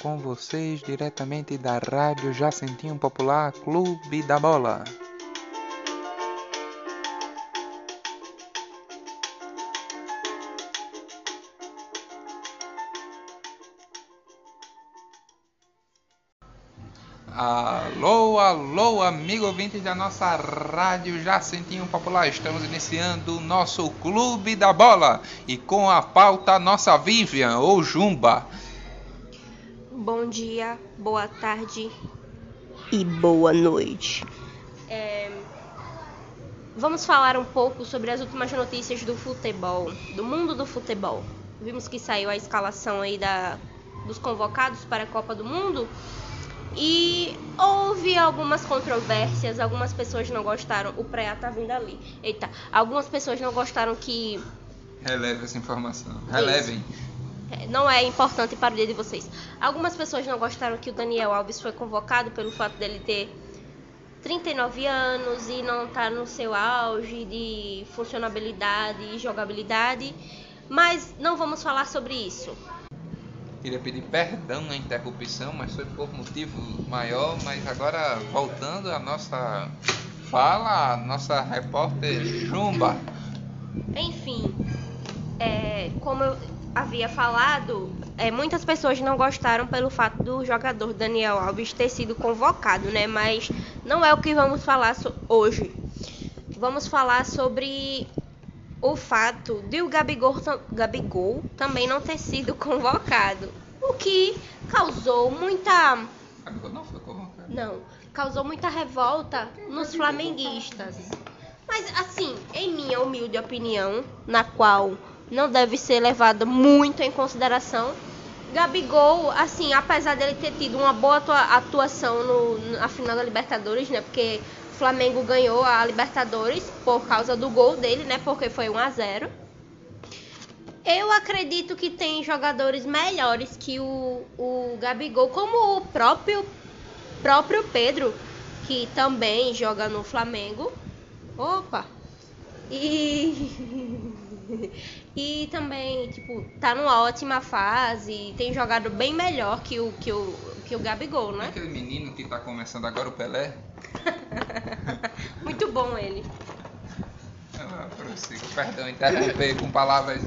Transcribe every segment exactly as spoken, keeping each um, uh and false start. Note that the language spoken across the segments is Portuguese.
com vocês diretamente da Rádio Jacentinho Popular Clube da Bola. Alô, alô, amigo ouvinte da nossa Rádio Jacentinho Popular. Estamos iniciando o nosso Clube da Bola e com a pauta nossa Vivian ou Jumba. Bom dia, boa tarde e boa noite. É... Vamos falar um pouco sobre as últimas notícias do futebol, do mundo do futebol. Vimos que saiu a escalação aí da... dos convocados para a Copa do Mundo. E houve algumas controvérsias, algumas pessoas não gostaram. O Preá tá vindo ali. Eita, algumas pessoas não gostaram que... Releve essa informação. Relevem. É, não é importante para o dia de vocês. Algumas pessoas não gostaram que o Daniel Alves foi convocado pelo fato dele ter trinta e nove anos e não estar tá no seu auge de funcionabilidade e jogabilidade. Mas não vamos falar sobre isso. Queria pedir perdão na interrupção, mas foi por motivo maior. Mas agora, voltando à nossa fala, a nossa repórter Jumba. Enfim, é, como eu havia falado, é, muitas pessoas não gostaram pelo fato do jogador Daniel Alves ter sido convocado, né? Mas não é o que vamos falar so- hoje. Vamos falar sobre... o fato de o Gabigol, Gabigol também não ter sido convocado, o que causou muita... Gabigol não foi convocado. Não, causou muita revolta nos flamenguistas. Mas assim, em minha humilde opinião, na qual não deve ser levada muito em consideração, Gabigol, assim, apesar dele ter tido uma boa atuação no, na final da Libertadores, né, porque o Flamengo ganhou a Libertadores por causa do gol dele, né, porque foi um a zero. Eu acredito que tem jogadores melhores que o, o Gabigol, como o próprio, próprio Pedro, que também joga no Flamengo. Opa! E... e também, tipo, tá numa ótima fase, tem jogado bem melhor que o, que o, que o Gabigol, né? Aquele menino que tá começando agora, o Pelé. Muito bom ele. Ah, prossigo. Perdão, interromper com palavras.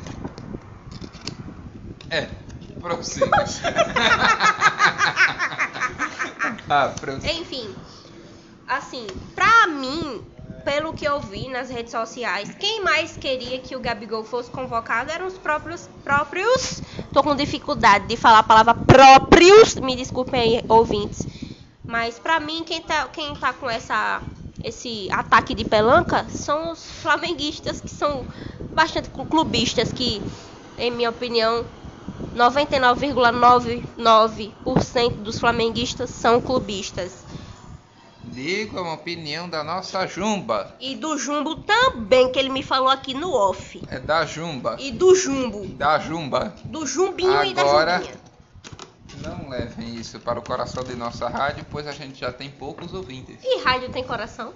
É, prossigo. ah, prossigo. Enfim, assim, pra mim, pelo que eu vi nas redes sociais, quem mais queria que o Gabigol fosse convocado eram os próprios próprios. Tô com dificuldade de falar a palavra próprios, me desculpem aí, ouvintes. Mas pra mim, quem tá, quem tá com essa, esse ataque de pelanca são os flamenguistas, que são bastante clubistas, que, em minha opinião, noventa e nove vírgula noventa e nove por cento dos flamenguistas são clubistas. Digo, é uma opinião da nossa Jumba. E do Jumbo também, que ele me falou aqui no off. É da Jumba. E do Jumbo. Da Jumba. Do Jumbinho Agora, e da Jumbinha. Não levem isso para o coração de nossa rádio, pois a gente já tem poucos ouvintes. E rádio tem coração?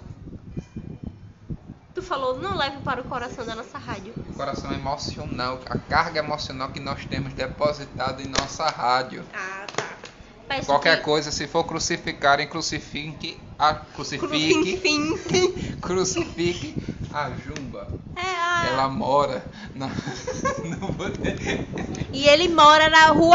Tu falou, não leve para o coração da nossa rádio. O coração emocional, a carga emocional que nós temos depositado em nossa rádio. Ah, tá. Peço Qualquer que... coisa, se for crucificarem, crucifique a crucifique, crucifique a Jumba. É, a... Ela mora na no E ele mora na rua.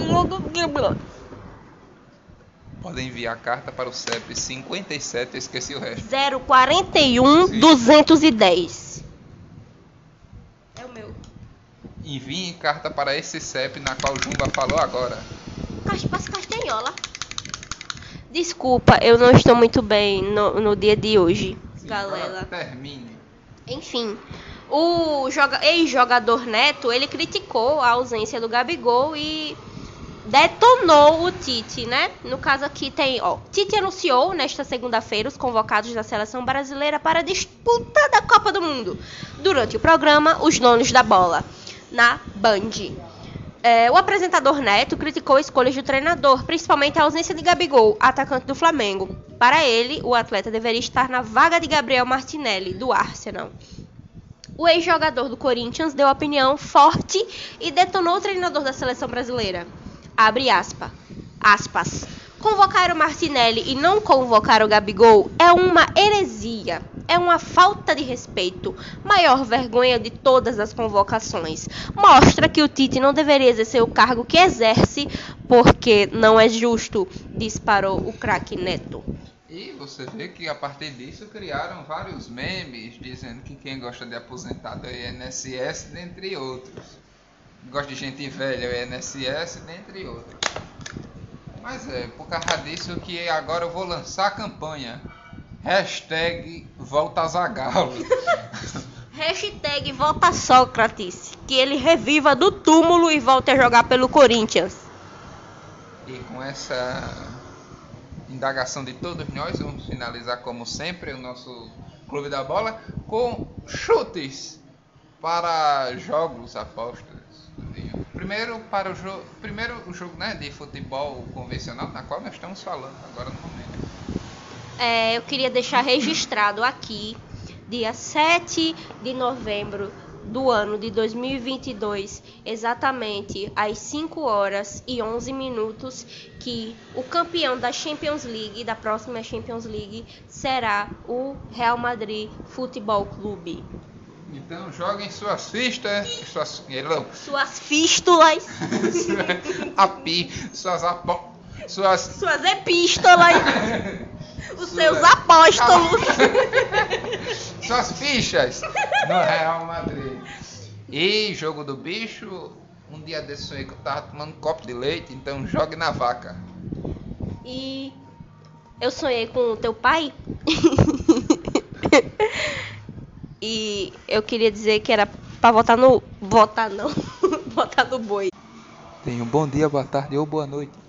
Podem enviar carta para o C E P cinquenta e sete, eu esqueci o resto. zero quarenta e um duzentos e dez. É o meu. Enviem carta para esse C E P na qual o Jumba falou agora. Caspas Castanhola. Desculpa, eu não estou muito bem no, no dia de hoje, Sim, galera. Termine. Enfim, o joga- ex-jogador Neto, ele criticou a ausência do Gabigol e detonou o Tite, né? No caso aqui tem, ó, Tite anunciou nesta segunda-feira os convocados da seleção brasileira para a disputa da Copa do Mundo. Durante o programa, os donos da bola, na Band. É, o apresentador Neto criticou escolhas do treinador, principalmente a ausência de Gabigol, atacante do Flamengo. Para ele, o atleta deveria estar na vaga de Gabriel Martinelli, do Arsenal. O ex-jogador do Corinthians deu opinião forte e detonou o treinador da seleção brasileira. Abre aspas. aspas, convocar o Martinelli e não convocar o Gabigol é uma heresia, é uma falta de respeito, maior vergonha de todas as convocações. Mostra que o Tite não deveria exercer o cargo que exerce, porque não é justo, disparou o craque Neto. E você vê que a partir disso criaram vários memes dizendo que quem gosta de aposentado é o I N S S, dentre outros. Gosta de gente velha é o I N S S, dentre outros. Mas é por causa disso que agora eu vou lançar a campanha. Hashtag Volta Zagallo. Hashtag Volta Sócrates. Que ele reviva do túmulo e volte a jogar pelo Corinthians. E com essa indagação de todos nós, vamos finalizar como sempre o nosso Clube da Bola com chutes para jogos, apostas. Primeiro para o jogo, primeiro o jogo, né, de futebol convencional, na qual nós estamos falando agora no momento. É, eu queria deixar registrado aqui, dia sete de novembro do ano de dois mil e vinte e dois, exatamente às cinco horas e onze minutos, que o campeão da Champions League, da próxima Champions League, será o Real Madrid Futebol Clube. Então joguem suas fistas, suas, suas fístulas, a pi, suas apo, suas, suas epístolas, os seus apóstolos, suas fichas no Real Madrid. E jogo do bicho, um dia desse sonhei que eu tava tomando um copo de leite, então jogue na vaca. E eu sonhei com o teu pai. E eu queria dizer que era pra votar no... Votar não. Votar no boi. Tenha um bom dia, boa tarde ou boa noite.